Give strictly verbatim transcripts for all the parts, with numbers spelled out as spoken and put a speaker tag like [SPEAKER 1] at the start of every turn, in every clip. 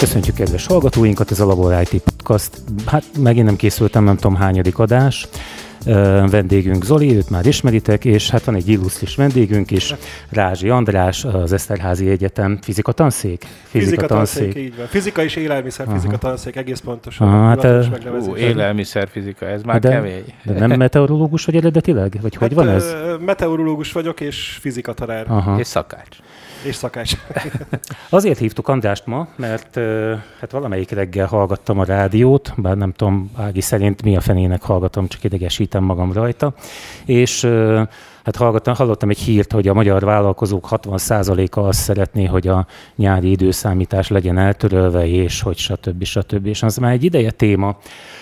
[SPEAKER 1] Köszöntjük kedves hallgatóinkat, ez a Labor i té Podcast. Hát megint nem készültem, nem tudom hányadik adás. Uh, vendégünk Zoli, őt már ismeritek, és hát van egy illusztris vendégünk is, Rázsi András, az Eszterházi Egyetem fizika tanszék?
[SPEAKER 2] Fizika tanszék, így van. Fizika és élelmiszer fizika tanszék, egész pontosan.
[SPEAKER 1] Aha, hát,
[SPEAKER 3] ú, élelmiszer fizika, ez már
[SPEAKER 1] de,
[SPEAKER 3] kemény.
[SPEAKER 1] De nem meteorológus vagy eredetileg? Vagy hát, hogy van ez?
[SPEAKER 2] Meteorológus vagyok, és fizika tanár.
[SPEAKER 1] Aha.
[SPEAKER 3] És szakács.
[SPEAKER 2] És szakács.
[SPEAKER 1] Azért hívtuk Andrást ma, mert hát valamelyik reggel hallgattam a rádiót, bár nem tudom, Ági szerint mi a fenének hallgatom, csak idegesítem magam rajta, és hát hallgattam, hallottam egy hírt, hogy a magyar vállalkozók hatvan százaléka azt szeretné, hogy a nyári időszámítás legyen eltörölve, és hogy stb. stb. És az már egy ideje téma.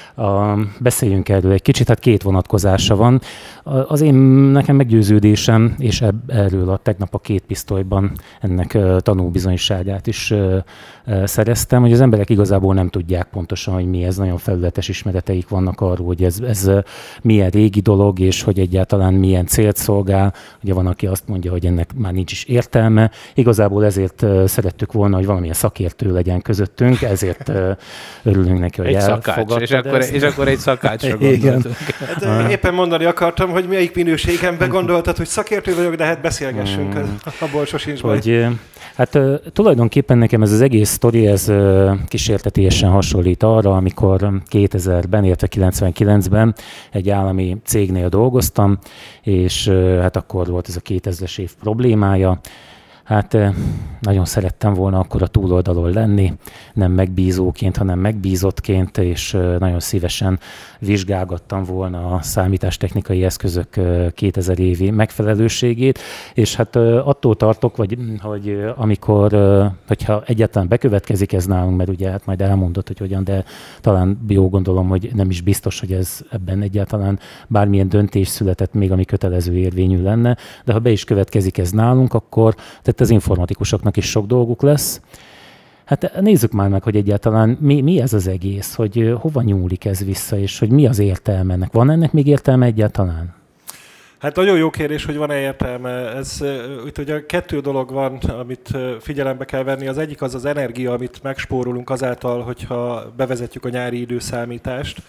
[SPEAKER 1] A, beszéljünk erről egy kicsit, hát két vonatkozása van. Az én nekem meggyőződésem, és eb, erről a tegnap a két pisztolyban ennek uh, tanúbizonyságát is uh, uh, szereztem, hogy az emberek igazából nem tudják pontosan, hogy mi ez, nagyon felületes ismereteik vannak arról, hogy ez, ez uh, milyen régi dolog, és hogy egyáltalán milyen célt szolgál. Ugye van, aki azt mondja, hogy ennek már nincs is értelme. Igazából ezért uh, szerettük volna, hogy valamilyen szakértő legyen közöttünk, ezért uh, örülünk neki, hogy
[SPEAKER 3] egy
[SPEAKER 1] elfogadtad.
[SPEAKER 3] És akkor, és akkor egy szakácsra gondoltunk.
[SPEAKER 2] Hát, éppen mondani akartam, hogy melyik minőségemben gondoltad, hogy szakértő vagyok, de hát beszélgessünk, hmm. abból sosincs baj.
[SPEAKER 1] Hogy, hát tulajdonképpen nekem ez az egész sztori, ez kísértetésen hasonlít arra, amikor kétezerben, illetve kilencvenkilencben egy állami cégnél dolgoztam, és hát akkor volt ez a kétezres év problémája. Hát nagyon szerettem volna akkor a túloldalon lenni, nem megbízóként, hanem megbízottként, és nagyon szívesen vizsgálgattam volna a számítástechnikai eszközök kétezer évi megfelelőségét, és hát attól tartok, vagy, hogy amikor, hogyha egyáltalán bekövetkezik ez nálunk, mert ugye hát majd elmondott, hogy hogyan, de talán jó gondolom, hogy nem is biztos, hogy ez ebben egyáltalán bármilyen döntés született még, ami kötelező érvényű lenne, de ha be is következik ez nálunk, akkor tehát az informatikusoknak is sok dolguk lesz. Hát nézzük már meg, hogy egyáltalán mi, mi ez az egész, hogy hova nyúlik ez vissza, és hogy mi az értelme ennek. Van ennek még értelme egyáltalán?
[SPEAKER 2] Hát nagyon jó kérdés, hogy van-e értelme. Ez, itt ugye kettő dolog van, amit figyelembe kell venni. Az egyik az az energia, amit megspórolunk azáltal, hogyha bevezetjük a nyári időszámítást.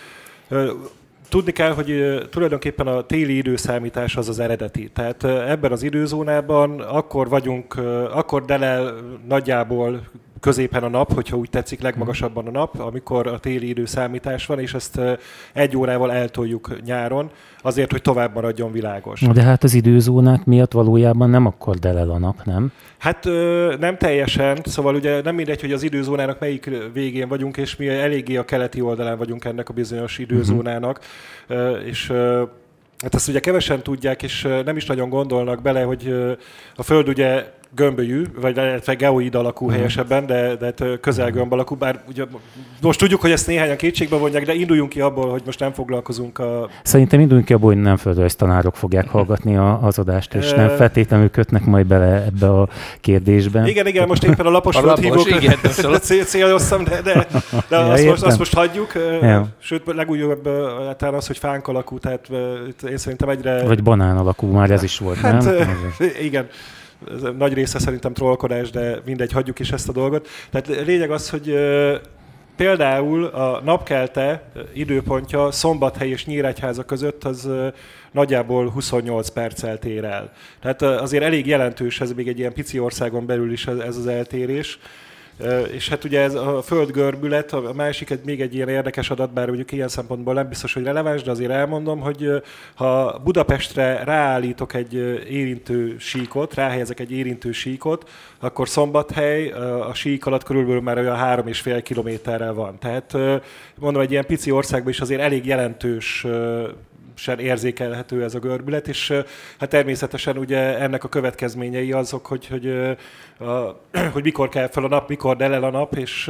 [SPEAKER 2] Tudni kell, hogy tulajdonképpen a téli időszámítás az az eredeti. Tehát ebben az időzónában akkor vagyunk, akkor delel nagyjából középen a nap, hogyha úgy tetszik, legmagasabban a nap, amikor a téli időszámítás van, és ezt egy órával eltoljuk nyáron, azért, hogy tovább maradjon világos.
[SPEAKER 1] De hát az időzónák miatt valójában nem akkor delel a nap, nem?
[SPEAKER 2] Hát nem teljesen, szóval ugye nem mindegy, hogy az időzónának melyik végén vagyunk, és mi eléggé a keleti oldalán vagyunk ennek a bizonyos időzónának, uh-huh. és hát ezt ugye kevesen tudják, és nem is nagyon gondolnak bele, hogy a Föld ugye gömbölyű, vagy illetve geoid alakú hmm. helyesebben, de, de közel gömb alakú, bár ugye most tudjuk, hogy ezt néhányan kétségbe vonják, de induljunk ki abból, hogy most nem foglalkozunk a...
[SPEAKER 1] Szerintem induljunk ki abból, hogy nem földrajz tanárok fogják hallgatni a, az adást, és nem feltétlenül kötnek majd bele ebbe a kérdésbe.
[SPEAKER 2] Igen, igen, most éppen a lapos földhívók céloztam, de, de, de ja, azt, most, azt most hagyjuk. Ja. Sőt, legújabb talán az, hogy fánk alakú, tehát én szerintem egyre...
[SPEAKER 1] Vagy banán alakú, már ez is volt,
[SPEAKER 2] hát,
[SPEAKER 1] nem?
[SPEAKER 2] Igen. Ez nagy része szerintem trollkodás, de mindegy, hagyjuk is ezt a dolgot. Tehát lényeg az, hogy például a napkelte időpontja Szombathely és Nyíregyháza között az nagyjából huszonnyolc perccel tér el. Tehát azért elég jelentős ez még egy ilyen pici országon belül is ez az eltérés. És hát ugye ez a földgörbület, a másik még egy ilyen érdekes adat, bár mondjuk ilyen szempontból nem biztos, hogy releváns, de azért elmondom, hogy ha Budapestre ráállítok egy érintő síkot, ráhelyezek egy érintő síkot, akkor Szombathely a sík alatt körülbelül már olyan három és fél kilométerrel van. Tehát mondom, egy ilyen pici országban is azért elég jelentős sem érzékelhető ez a görbület, és hát természetesen ugye ennek a következményei azok, hogy, hogy, a, hogy mikor kell fel a nap, mikor delel a nap, és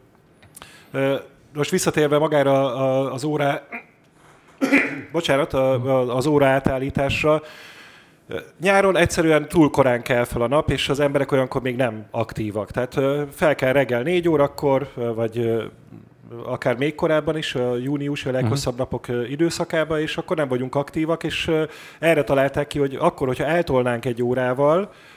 [SPEAKER 2] most visszatérve magára az órá, bocsánat, az óra átállításra, nyáron egyszerűen túl korán kell fel a nap, és az emberek olyankor még nem aktívak. Tehát fel kell reggel négy órakor, vagy akár még korábban is, a június a leghosszabb napok időszakában, és akkor nem vagyunk aktívak, és erre találták ki, hogy akkor, hogyha eltolnánk egy órával,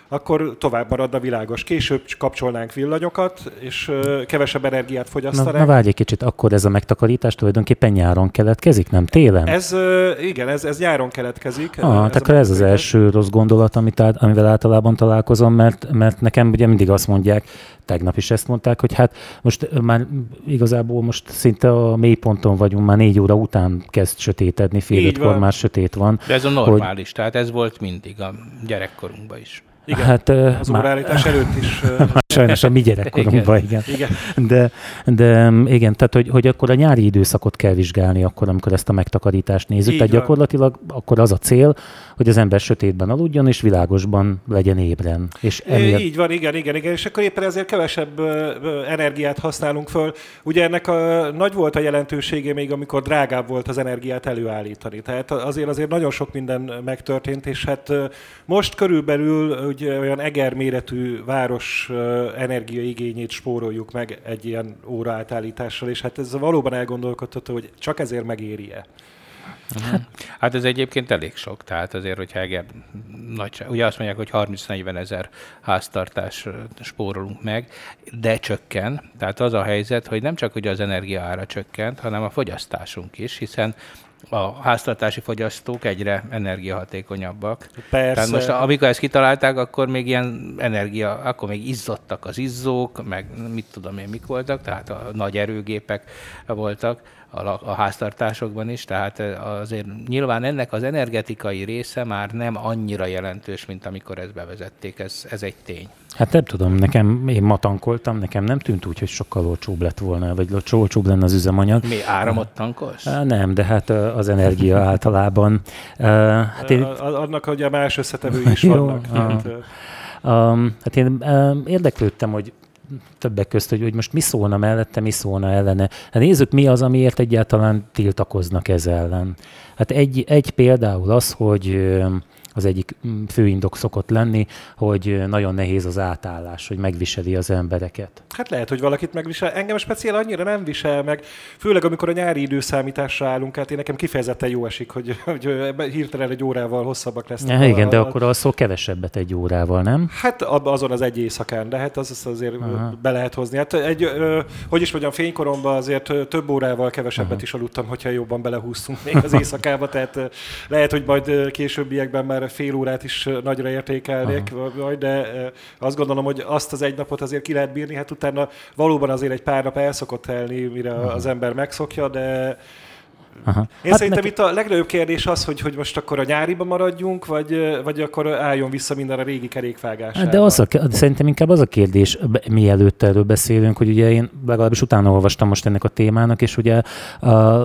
[SPEAKER 2] akkor tovább maradna világos. Később kapcsolnánk villanyokat, és kevesebb energiát fogyasztanánk.
[SPEAKER 1] Na, na várj egy kicsit, akkor ez a megtakarítás tulajdonképpen nyáron keletkezik, nem télen?
[SPEAKER 2] Ez, igen, ez, ez nyáron keletkezik.
[SPEAKER 1] Ah, ez akkor ez az első rossz gondolat, amit át, amivel általában találkozom, mert, mert nekem ugye mindig azt mondják, tegnap is ezt mondták, hogy hát most már igazából most szinte a mélyponton vagyunk, már négy óra után kezd sötétedni, fél ötkor már sötét van.
[SPEAKER 3] De ez a normális, hogy... tehát ez volt mindig a gyerekkorunkban is.
[SPEAKER 2] Igen, hát, az már... óraállítás előtt is.
[SPEAKER 1] Sajnos a mi gyerekkorunkban, igen. igen. igen. De, de igen, tehát hogy, hogy akkor a nyári időszakot kell vizsgálni akkor, amikor ezt a megtakarítást nézzük. Így tehát van. Gyakorlatilag akkor az a cél, hogy az ember sötétben aludjon, és világosban legyen ébren. És emiatt...
[SPEAKER 2] Így van, igen, igen, igen. És akkor éppen ezért kevesebb energiát használunk föl. Ugye ennek a, nagy volt a jelentősége még, amikor drágább volt az energiát előállítani. Tehát azért azért nagyon sok minden megtörtént, és hát most körülbelül ugye, olyan Eger méretű város energiaigényét spóroljuk meg egy ilyen óra átállítással, és hát ez valóban elgondolkodható, hogy csak ezért megéri-e.
[SPEAKER 3] Uh-huh. Hát ez egyébként elég sok, tehát azért, hogyha Eger nagy, ugye azt mondják, hogy harminc-negyven ezer háztartás spórolunk meg, de csökken. Tehát az a helyzet, hogy nem csak ugye az energia ára csökkent, hanem a fogyasztásunk is, hiszen a háztartási fogyasztók egyre energiahatékonyabbak.
[SPEAKER 2] Persze.
[SPEAKER 3] Tehát most amikor ezt kitalálták, akkor még ilyen energia, akkor még izzottak az izzók, meg mit tudom én mik voltak, tehát a nagy erőgépek voltak a, a háztartásokban is, tehát azért nyilván ennek az energetikai része már nem annyira jelentős, mint amikor ezt bevezették, ez, ez egy tény.
[SPEAKER 1] Hát nem tudom, nekem, én ma tankoltam, nekem nem tűnt úgy, hogy sokkal olcsóbb lett volna, vagy olcsóbb lenne az üzemanyag.
[SPEAKER 3] Mi áramot tankolsz?
[SPEAKER 1] Nem, de hát az energia általában. Hát
[SPEAKER 2] én... Annak ugye más összetevői is vannak. Hát,
[SPEAKER 1] um, hát én um, érdeklődtem, hogy többek közt, hogy, hogy most mi szólna mellette, mi szólna ellene. Hát nézzük, mi az, amiért egyáltalán tiltakoznak ez ellen. Hát egy, egy például az, hogy az egyik fő indok szokott lenni, hogy nagyon nehéz az átállás, hogy megviseli az embereket.
[SPEAKER 2] Hát lehet, hogy valakit megvisel. Engem speciál annyira nem visel meg, főleg amikor a nyári időszámításra állunk át, én nekem kifejezetten jó esik, hogy, hogy hirtelen egy órával hosszabbak lesznek.
[SPEAKER 1] Ja, igen, a, de akkor alszol kevesebbet egy órával, nem?
[SPEAKER 2] Hát azon az egy éjszakán, de hát az azért Aha. be lehet hozni. Hát egy, hogy is mondjam, fénykoromban azért több órával kevesebbet Aha. is aludtam, hogyha jobban belehúztunk még az éjszakába, tehát lehet, hogy majd későbbiekben már fél órát is nagyra értékelnék, Aha. de azt gondolom, hogy azt az egy napot azért ki lehet bírni, hát utána valóban azért egy pár nap el szokott telni, mire Aha. az ember megszokja, de Aha. Én hát szerintem neki... itt a legnagyobb kérdés az, hogy, hogy most akkor a nyáriba maradjunk, vagy, vagy akkor álljon vissza minden a régi kerékvágásába.
[SPEAKER 1] De az a, szerintem inkább az a kérdés, mielőtt erről beszélünk, hogy ugye én legalábbis utána olvastam most ennek a témának, és ugye a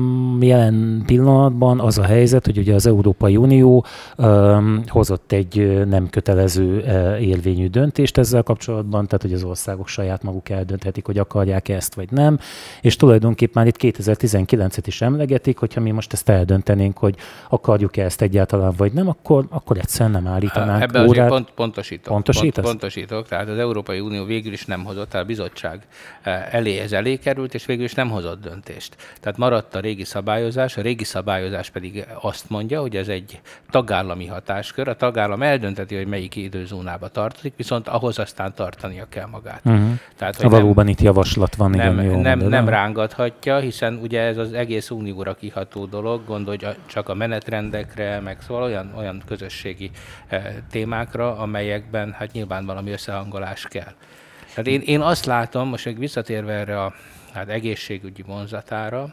[SPEAKER 1] jelen pillanatban az a helyzet, hogy ugye az Európai Unió um, hozott egy nem kötelező érvényű döntést ezzel kapcsolatban, tehát hogy az országok saját maguk eldönthetik, hogy akarják ezt vagy nem, és tulajdonképpen már itt kétezer-tizenkilencet is emlegetik, hogyha mi most ezt eldöntenénk, hogy akarjuk-e ezt egyáltalán, vagy nem, akkor, akkor egyszerűen nem állítanánk
[SPEAKER 3] Ebben
[SPEAKER 1] órát.
[SPEAKER 3] azért pont, pontosítok.
[SPEAKER 1] Pontosítasz?
[SPEAKER 3] Pont, pontosítok. Tehát az Európai Unió végül is nem hozott, tehát a bizottság elé ez elé került, és végül is nem hozott döntést. Tehát maradt a régi szabályozás, a régi szabályozás pedig azt mondja, hogy ez egy tagállami hatáskör. A tagállam eldönteti, hogy melyik időzónába tartozik, viszont ahhoz aztán tartania kell magát.
[SPEAKER 1] Uh-huh. Tehát, hogy valóban nem, itt javaslat van.
[SPEAKER 3] Nem,
[SPEAKER 1] igen, jó
[SPEAKER 3] nem, nem rángathatja, hiszen ugye ez az egész unióra kiható dolog, gondolj csak a menetrendekre, meg szóval olyan, olyan közösségi eh, témákra, amelyekben hát nyilván valami összehangolás kell. Tehát én, én azt látom, most még visszatérve erre a hát egészségügyi vonzatára,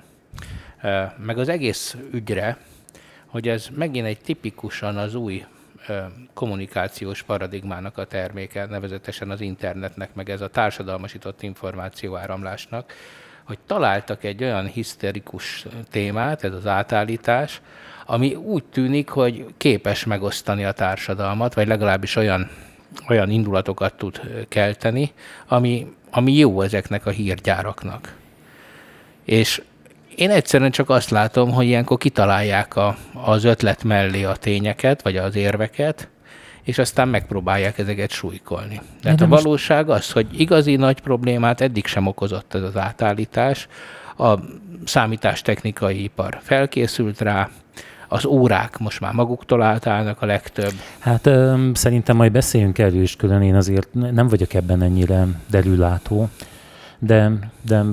[SPEAKER 3] eh, meg az egész ügyre, hogy ez megint egy tipikusan az új eh, kommunikációs paradigmának a terméke, nevezetesen az internetnek, meg ez a társadalmasított információáramlásnak, hogy találtak egy olyan hiszterikus témát, ez az átállítás, ami úgy tűnik, hogy képes megosztani a társadalmat, vagy legalábbis olyan, olyan indulatokat tud kelteni, ami, ami jó ezeknek a hírgyáraknak. És én egyszerűen csak azt látom, hogy ilyenkor kitalálják a, az ötlet mellé a tényeket, vagy az érveket, és aztán megpróbálják ezeket súlykolni. Tehát a valóság az, hogy igazi nagy problémát eddig sem okozott ez az átállítás. A számítástechnikai ipar felkészült rá, az órák most már maguktól átállnak a legtöbb.
[SPEAKER 1] Hát ö, szerintem majd beszéljünk erről is külön, én azért nem vagyok ebben ennyire derülátó, de, de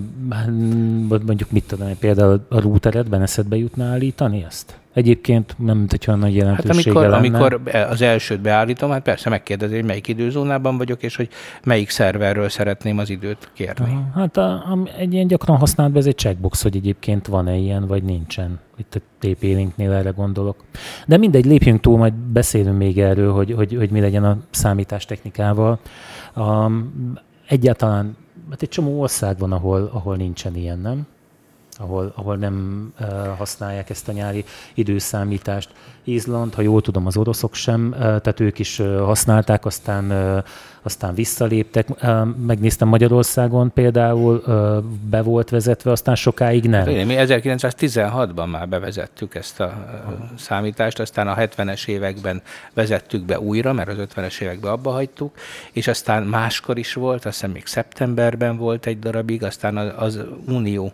[SPEAKER 1] mondjuk mit tudom, például a routeredben eszedbe jutna állítani ezt? Egyébként nem, mint hogyha nagy jelentősége
[SPEAKER 3] hát amikor,
[SPEAKER 1] lenne.
[SPEAKER 3] amikor az elsőt beállítom, hát persze megkérdezi, hogy melyik időzónában vagyok, és hogy melyik szerverről szeretném az időt kérni.
[SPEAKER 1] Aha, hát a, a, egy ilyen gyakran használt be, ez egy checkbox, hogy egyébként van-e ilyen, vagy nincsen. Itt a té pé-linknél erre gondolok. De mindegy, lépjünk túl, majd beszélünk még erről, hogy, hogy, hogy mi legyen a számítástechnikával. Um, egyáltalán, hát egy csomó ország van, ahol, ahol nincsen ilyen, nem? Ahol, ahol nem uh, használják ezt a nyári időszámítást. Izland, ha jól tudom, az oroszok sem, uh, tehát ők is uh, használták, aztán, uh, aztán visszaléptek. Uh, megnéztem Magyarországon például, uh, be volt vezetve, aztán sokáig nem.
[SPEAKER 3] Mi ezerkilencszáztizenhatban már bevezettük ezt a számítást, aztán a hetvenes években vezettük be újra, mert az ötvenes években abba hagytuk, és aztán máskor is volt, azt hiszem még szeptemberben volt egy darabig, aztán az, az Unió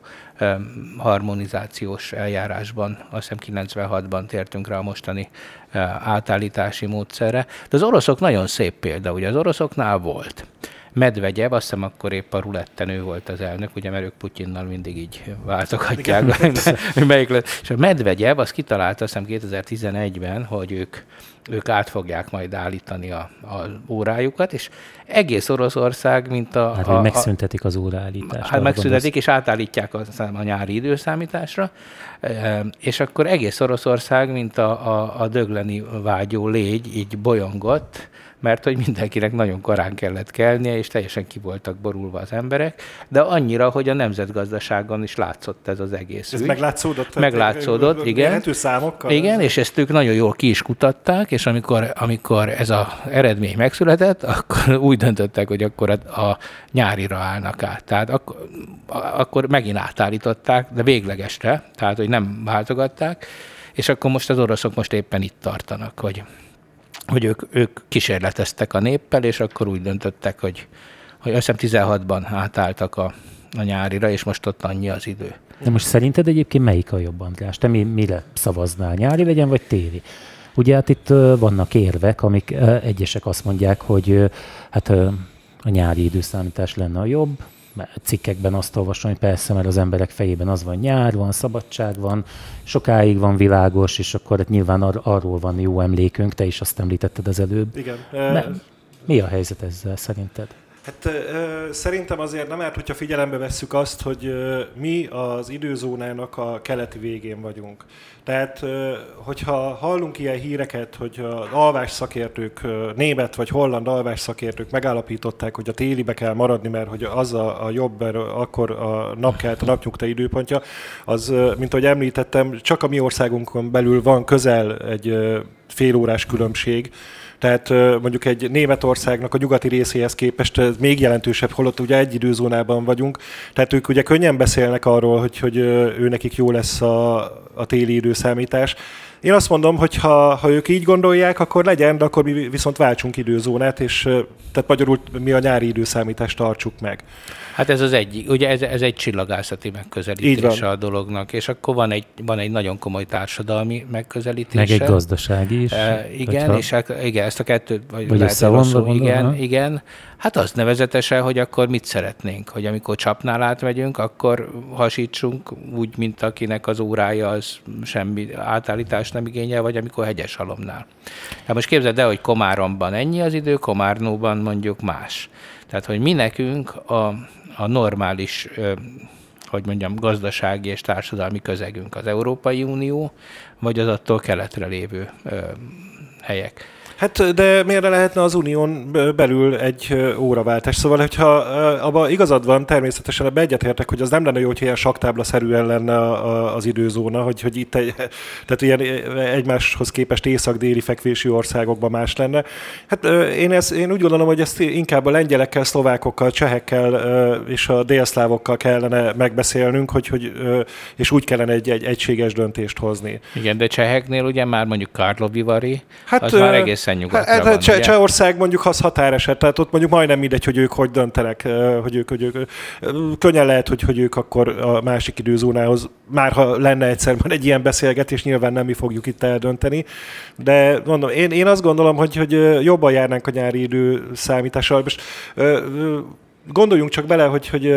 [SPEAKER 3] harmonizációs eljárásban, azt hiszem kilencvenhatban tértünk rá a mostani átállítási módszerre. De az oroszok nagyon szép példa, ugye az oroszoknál volt Medvegyev, azt hiszem akkor épp a ruletten ő volt az elnök, ugye mert ők Putyinnal mindig így váltogatják. Melyik lesz. És a Medvegyev azt kitalálta azt hiszem kétezer-tizenegyben, hogy ők, ők át fogják majd állítani a, a órájukat, és egész Oroszország, mint a...
[SPEAKER 1] Hát,
[SPEAKER 3] a,
[SPEAKER 1] hogy megszüntetik az óraállítást.
[SPEAKER 3] Hát megszüntetik, és átállítják a, a nyári időszámításra, és akkor egész Oroszország, mint a, a, a dögleni vágyó légy, így bolyongott, mert hogy mindenkinek nagyon korán kellett kelnie, és teljesen ki voltak borulva az emberek, de annyira, hogy a nemzetgazdaságon is látszott ez az egész
[SPEAKER 2] Ez
[SPEAKER 3] ügy.
[SPEAKER 2] meglátszódott?
[SPEAKER 3] Meglátszódott, igen.
[SPEAKER 2] Mérhető számokkal?
[SPEAKER 3] Igen, és ezt ők nagyon jól ki is kutatták, és amikor, amikor ez az eredmény megszületett, akkor úgy döntöttek, hogy akkor a, a nyárira állnak át. Tehát akkor, akkor megint átállították, de véglegesre, tehát hogy nem váltogatták, és akkor most az oroszok most éppen itt tartanak, hogy hogy ők, ők kísérleteztek a néppel, és akkor úgy döntöttek, hogy, hogy azt hiszem tizenhatban átálltak a, a nyárira, és most ott annyi az idő.
[SPEAKER 1] De most szerinted egyébként melyik a jobb, András? Te mi, mire szavaznál? Nyári legyen, vagy téli? Ugye hát itt uh, vannak érvek, amik uh, egyesek azt mondják, hogy uh, hát uh, a nyári időszámítás lenne a jobb. Cikkekben azt olvasom, hogy persze, mert az emberek fejében az van, nyár van, szabadság van, sokáig van világos, és akkor hát nyilván ar- arról van jó emlékünk, te is azt említetted az előbb.
[SPEAKER 2] Igen.
[SPEAKER 1] De mi a helyzet ezzel szerinted?
[SPEAKER 2] Hát ö, szerintem azért nem árt, hogyha figyelembe vesszük azt, hogy ö, mi az időzónának a keleti végén vagyunk. Tehát, ö, hogyha hallunk ilyen híreket, hogy az alvás szakértők, ö, német vagy holland alvás szakértők megállapították, hogy a télibe kell maradni, mert hogy az a, a jobb, mert akkor a napkelt, a napnyugta időpontja, az, ö, mint ahogy említettem, csak a mi országunkon belül van közel egy ö, félórás különbség. Tehát mondjuk egy Németországnak a nyugati részéhez képest ez még jelentősebb, holott ugye egy időzónában vagyunk. Tehát ők ugye könnyen beszélnek arról, hogy, hogy ő nekik jó lesz a, a téli időszámítás. Én azt mondom, hogy ha, ha ők így gondolják, akkor legyen, de akkor mi viszont váltsunk időzónát, és tehát magyarul mi a nyári időszámítást tartsuk meg.
[SPEAKER 3] Hát ez az egyik, ugye ez, ez egy csillagászati megközelítése a dolognak, és akkor van egy, van egy nagyon komoly társadalmi megközelítése.
[SPEAKER 1] Meg egy gazdasági is.
[SPEAKER 3] E, igen,
[SPEAKER 1] hogyha...
[SPEAKER 3] és hát, igen, ezt a kettőt, vagy,
[SPEAKER 1] vagy
[SPEAKER 3] lehet, rosszul, igen,
[SPEAKER 1] ha?
[SPEAKER 3] igen. Hát az nevezetesen, hogy akkor mit szeretnénk, hogy amikor csapnál átmegyünk, akkor hasítsunk úgy, mint akinek az órája az semmi átállítást nem igényel, vagy amikor Hegyeshalomnál. Hát most képzeld el, hogy Komáromban ennyi az idő, Komárnóban mondjuk más. Tehát, hogy mi nekünk a, a normális, hogy mondjam, gazdasági és társadalmi közegünk az Európai Unió, vagy az attól keletre lévő helyek.
[SPEAKER 2] Hát, de miért lehetne az unión belül egy óraváltás? Szóval, hogyha abban igazad van, természetesen ebben egyetértek, hogy az nem lenne jó, hogy ilyen saktáblaszerűen lenne az időzóna, hogy, hogy itt egy, tehát ilyen egymáshoz képest észak-déli fekvési országokban más lenne. Hát én, ez, én úgy gondolom, hogy ezt inkább a lengyelekkel, szlovákokkal, csehekkel és a délszlávokkal kellene megbeszélnünk, hogy, hogy, és úgy kellene egy, egy egységes döntést hozni.
[SPEAKER 3] Igen, de cseheknél ugye már mondjuk Karlovy Vary,
[SPEAKER 2] hát,
[SPEAKER 3] az már egész egészen nyugatra
[SPEAKER 2] hát,
[SPEAKER 3] van.
[SPEAKER 2] Cseh, Csehország mondjuk az határeset, tehát ott mondjuk majdnem mindegy, hogy ők hogy döntenek, hogy ők, hogy ők könnyen lehet, hogy, hogy ők akkor a másik időzónához, már ha lenne egyszer egy ilyen beszélgetés, nyilván nem mi fogjuk itt eldönteni, de mondom, én, én azt gondolom, hogy, hogy jobban járnánk a nyári időszámítással. Most gondoljunk csak bele, hogy, hogy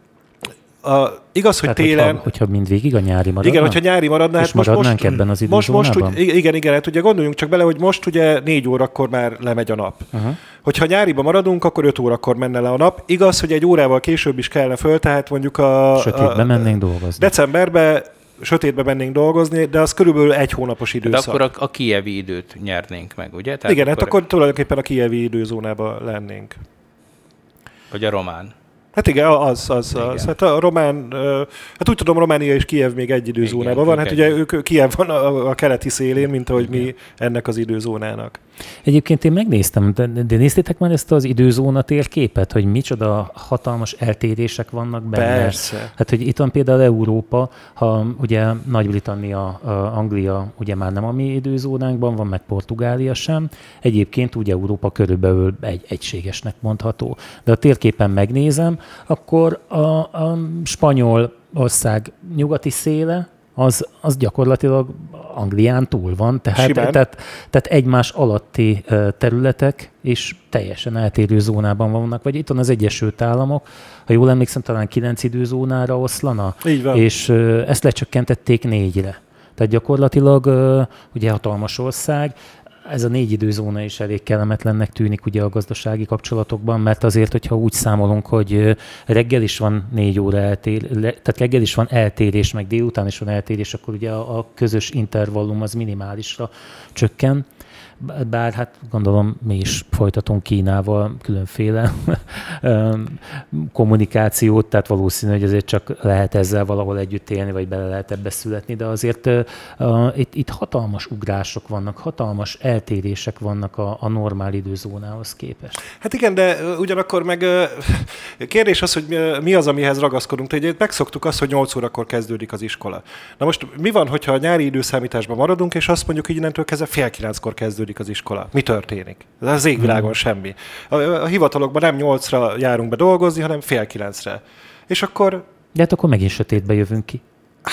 [SPEAKER 2] a, igaz, hogy
[SPEAKER 1] Tehát,
[SPEAKER 2] télen...
[SPEAKER 1] Hogyha, hogyha mindvégig a nyári maradna?
[SPEAKER 2] Igen, hogyha nyári maradna,
[SPEAKER 1] és
[SPEAKER 2] hát most,
[SPEAKER 1] maradnánk
[SPEAKER 2] most,
[SPEAKER 1] ebben az
[SPEAKER 2] most, most
[SPEAKER 1] időzónában?
[SPEAKER 2] úgy, igen, igen, hát ugye gondoljunk csak bele, hogy most ugye négy órakor már lemegy a nap. Uh-huh. Hogyha nyáriba maradunk, akkor öt órakor menne le a nap. Igaz, hogy egy órával később is kellene föl, tehát mondjuk a...
[SPEAKER 1] Sötétbe mennénk dolgozni.
[SPEAKER 2] Decemberben sötétbe mennénk dolgozni, de az körülbelül egy hónapos időszak.
[SPEAKER 3] De akkor a, a kijevi időt nyernénk meg, ugye? Tehát
[SPEAKER 2] igen,
[SPEAKER 3] akkor...
[SPEAKER 2] hát akkor tulajdonképpen a kijevi időzónában lennénk.
[SPEAKER 3] Vagy a román.
[SPEAKER 2] Hát igen, az, az, igen. az. Hát a román, hát úgy tudom, Románia és Kijev még egy időzónában van. Hát ugye ők, Kijev van a, a keleti szélén, mint ahogy igen. mi ennek az időzónának.
[SPEAKER 1] Egyébként én megnéztem, de, de néztétek már ezt az időzóna térképet, hogy micsoda hatalmas eltérések vannak benne?
[SPEAKER 2] Persze.
[SPEAKER 1] Hát, hogy itt van például Európa, ha ugye Nagy-Britannia, Anglia ugye már nem a mi időzónánkban van, meg Portugália sem. Egyébként ugye Európa körülbelül egy egységesnek mondható. De a térképen megnézem, akkor a, a spanyol ország nyugati széle, az, az gyakorlatilag Anglián túl van, tehát, tehát, tehát egymás alatti területek és teljesen eltérő zónában vannak. Vagy itt van az Egyesült Államok, ha jól emlékszem, talán kilenc időzónára oszlana, és ezt lecsökkentették négyre. Tehát gyakorlatilag ugye hatalmas ország, ez a négy időzóna is elég kellemetlennek tűnik ugye a gazdasági kapcsolatokban, mert azért, hogyha úgy számolunk, hogy reggel is van négy óra eltér, tehát reggel is van eltérés, meg délután is van eltérés, akkor ugye a, a közös intervallum az minimálisra csökken. Bár hát gondolom mi is folytatunk Kínával különféle kommunikációt, tehát valószínű, hogy azért csak lehet ezzel valahol együtt élni, vagy bele lehet ebbe születni, de azért uh, itt, itt hatalmas ugrások vannak, hatalmas eltérések vannak a, a normál időzónához képest.
[SPEAKER 2] Hát igen, de ugyanakkor meg kérdés az, hogy mi az, amihez ragaszkodunk. Tehát megszoktuk azt, hogy nyolc órakor kezdődik az iskola. Na most mi van, hogyha a nyári időszámításban maradunk, és azt mondjuk, hogy innentől kezdve fél kilenckor kezdődik az iskola. Mi történik? Ez az égvilágon hmm. semmi. A, a hivatalokban nem nyolcra járunk be dolgozni, hanem fél kilencre. És akkor...
[SPEAKER 1] De hát akkor megint sötétbe jövünk ki.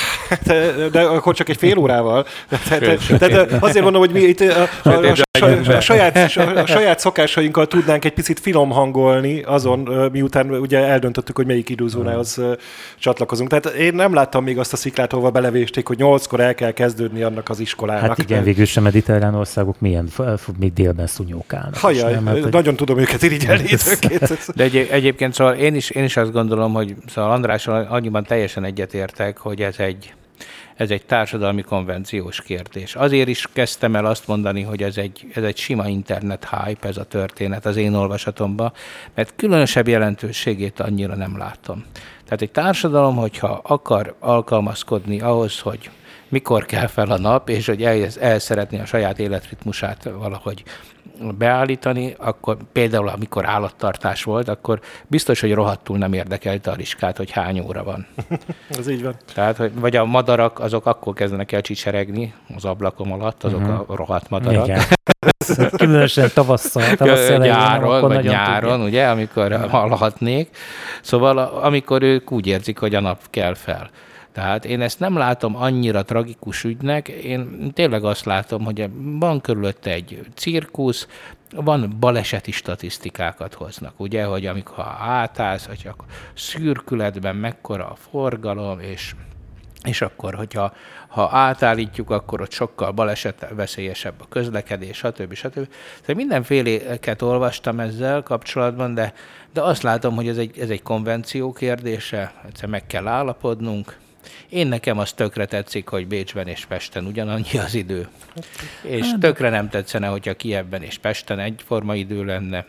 [SPEAKER 2] De, de akkor csak egy fél órával. De, de, de, de azért mondom, hogy mi itt a, a, a, a, a, saját, a saját szokásainkkal tudnánk egy picit finom hangolni azon, miután ugye eldöntöttük, hogy melyik időzónához csatlakozunk. Tehát én nem láttam még azt a sziklát, ahova belevésték, hogy nyolckor el kell kezdődni annak az iskolának.
[SPEAKER 1] Hát igen, végül sem mediterrán országok milyen, még délben szunyókálnak.
[SPEAKER 2] Hajjaj, nem, mert, nagyon hogy... tudom őket irigyelni időnként.
[SPEAKER 3] De egy, egyébként szóval én is, én is azt gondolom, hogy szóval Andrással annyiban teljesen egyetértek, hogy ez egy Ez egy társadalmi konvenciós kérdés. Azért is kezdtem el azt mondani, hogy ez egy, ez egy sima internet hype, ez a történet az én olvasatomban, mert különösebb jelentőségét annyira nem látom. Tehát egy társadalom, hogyha akar alkalmazkodni ahhoz, hogy mikor kell fel a nap, és hogy el, el szeretné a saját életritmusát valahogy beállítani, akkor például amikor állattartás volt, akkor biztos, hogy rohadtul nem érdekelte a Riskát, hogy hány óra van.
[SPEAKER 2] Ez így van.
[SPEAKER 3] Tehát, hogy, vagy a madarak, azok akkor kezdenek el csicseregni az ablakom alatt, azok uh-huh. a rohadt madarak.
[SPEAKER 1] Igen. Különösen tavasszal. tavasszal
[SPEAKER 3] nyáron, vagy nyáron, tudja. Ugye, amikor hallhatnék. Szóval amikor ők úgy érzik, hogy a nap kell fel. Tehát én ezt nem látom annyira tragikus ügynek, én tényleg azt látom, hogy van körülötte egy cirkusz, van baleseti statisztikákat hoznak, ugye, hogy amikor átállsz, hogy akkor szürkületben mekkora a forgalom, és, és akkor, hogyha ha átállítjuk, akkor ott sokkal baleset veszélyesebb a közlekedés, stb. stb. Tehát mindenféleket olvastam ezzel kapcsolatban, de, de azt látom, hogy ez egy, ez egy konvenció kérdése, egyszer meg kell állapodnunk. Én nekem az tökre tetszik, hogy Bécsben és Pesten ugyanannyi az idő. És tökre nem tetszene, hogyha Kijevben és Pesten egyforma idő lenne.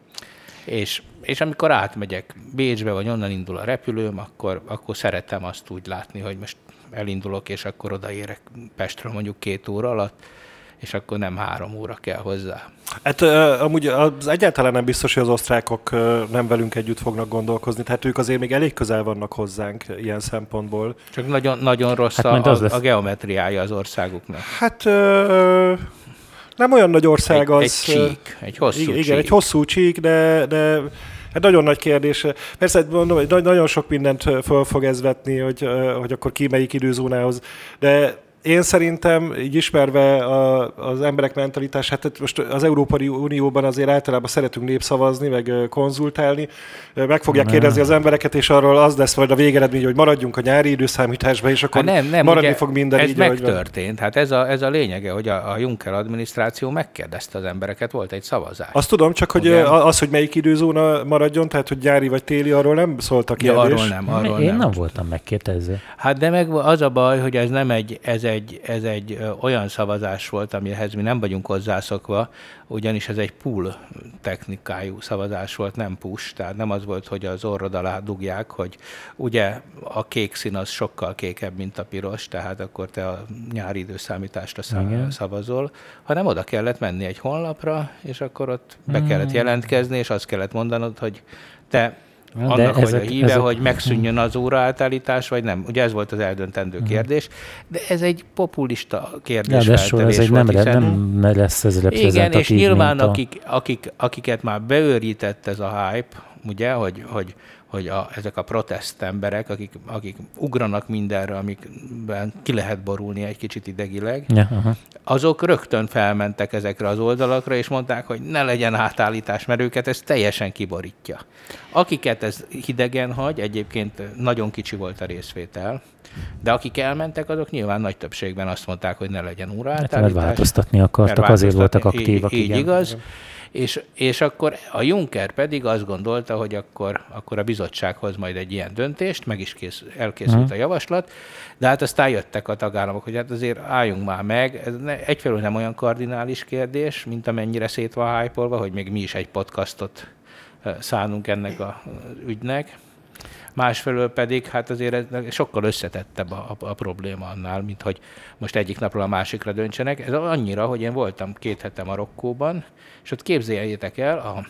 [SPEAKER 3] És, és amikor átmegyek Bécsbe, vagy onnan indul a repülőm, akkor, akkor szeretem azt úgy látni, hogy most elindulok, és akkor odaérek Pestről mondjuk két óra alatt, és akkor nem három óra kell hozzá.
[SPEAKER 2] Hát uh, amúgy az egyáltalán nem biztos, hogy az osztrákok uh, nem velünk együtt fognak gondolkozni, tehát ők azért még elég közel vannak hozzánk ilyen szempontból.
[SPEAKER 3] Csak nagyon, nagyon rossz hát a, a, a geometriája az országuknak.
[SPEAKER 2] Hát uh, nem olyan nagy ország
[SPEAKER 3] egy,
[SPEAKER 2] az.
[SPEAKER 3] Egy csík, egy hosszú
[SPEAKER 2] igen,
[SPEAKER 3] csík.
[SPEAKER 2] Igen, egy hosszú csík, de, de hát nagyon nagy kérdés. Persze mondom, hogy nagyon sok mindent föl fog ez vetni, hogy, hogy akkor ki melyik időzónához. De én szerintem, így ismerve a, az emberek mentalitását, hát most az Európai Unióban azért általában szeretünk népszavazni, meg konzultálni, meg fogják kérdezni az embereket, és arról az lesz majd a végeredmény, hogy maradjunk a nyári időszámításba, és akkor hát nem, nem, maradni ugye, fog minden
[SPEAKER 3] ez
[SPEAKER 2] így,
[SPEAKER 3] megtörtént. Hát ez a, ez a lényege, hogy a, a Juncker adminisztráció megkérdezte az embereket, volt egy szavazás.
[SPEAKER 2] Azt tudom, csak hogy ugye? az, hogy melyik időzóna maradjon, tehát hogy nyári vagy téli, arról nem szólt a kérdés.
[SPEAKER 3] Ja, arról nem, arról
[SPEAKER 1] Én
[SPEAKER 3] nem.
[SPEAKER 1] nem voltam megkérdezve.
[SPEAKER 3] Hát de meg az a baj, hogy ez nem egy, ez egy, ez egy olyan szavazás volt, amihez mi nem vagyunk hozzászokva, ugyanis ez egy pool technikájú szavazás volt, nem push, tehát nem az volt, hogy az orrod alá dugják, hogy ugye a kék szín az sokkal kékebb, mint a piros, tehát akkor te a nyári időszámításra szá- szavazol, hanem oda kellett menni egy honlapra, és akkor ott be kellett jelentkezni, és azt kellett mondanod, hogy te annak, ezek, hogy a híve, ezek... hogy megszűnjön az óraátállítás, vagy nem. Ugye ez volt az eldöntendő uh-huh. kérdés, de ez egy populista kérdés.
[SPEAKER 1] Ja, de sor, ez egy volt, nem, hiszen... nem lesz ez reprezentatív.
[SPEAKER 3] Igen, és nyilván
[SPEAKER 1] a...
[SPEAKER 3] akik, akik, akiket már beőrített ez a hype, ugye, hogy, hogy, hogy a, ezek a protest emberek, akik, akik ugranak mindenre, amikben ki lehet borulni egy kicsit idegileg,
[SPEAKER 1] ja, uh-huh.
[SPEAKER 3] azok rögtön felmentek ezekre az oldalakra, és mondták, hogy ne legyen átállítás, mert őket ez teljesen kiborítja. Akiket ez hidegen hagy, egyébként nagyon kicsi volt a részvétel, de akik elmentek, azok nyilván nagy többségben azt mondták, hogy ne legyen óraátállítás.
[SPEAKER 1] Hát, mert változtatni akartak, mert azért voltak aktívak.
[SPEAKER 3] Így, így
[SPEAKER 1] igen.
[SPEAKER 3] igaz. És, és akkor a Juncker pedig azt gondolta, hogy akkor, akkor a bizottság hoz majd egy ilyen döntést, meg is kész, elkészült uh-huh. a javaslat, de hát aztán jöttek a tagállamok, hogy hát azért álljunk már meg, ez ne, egyfelől nem olyan kardinális kérdés, mint amennyire szét van hype-olva, hogy még mi is egy podcastot szánunk ennek az ügynek. Másfelől pedig hát azért ez sokkal összetettebb a, a, a probléma annál, mint hogy most egyik napról a másikra döntsenek. Ez annyira, hogy én voltam két hete Marokkóban, és ott képzeljétek el, a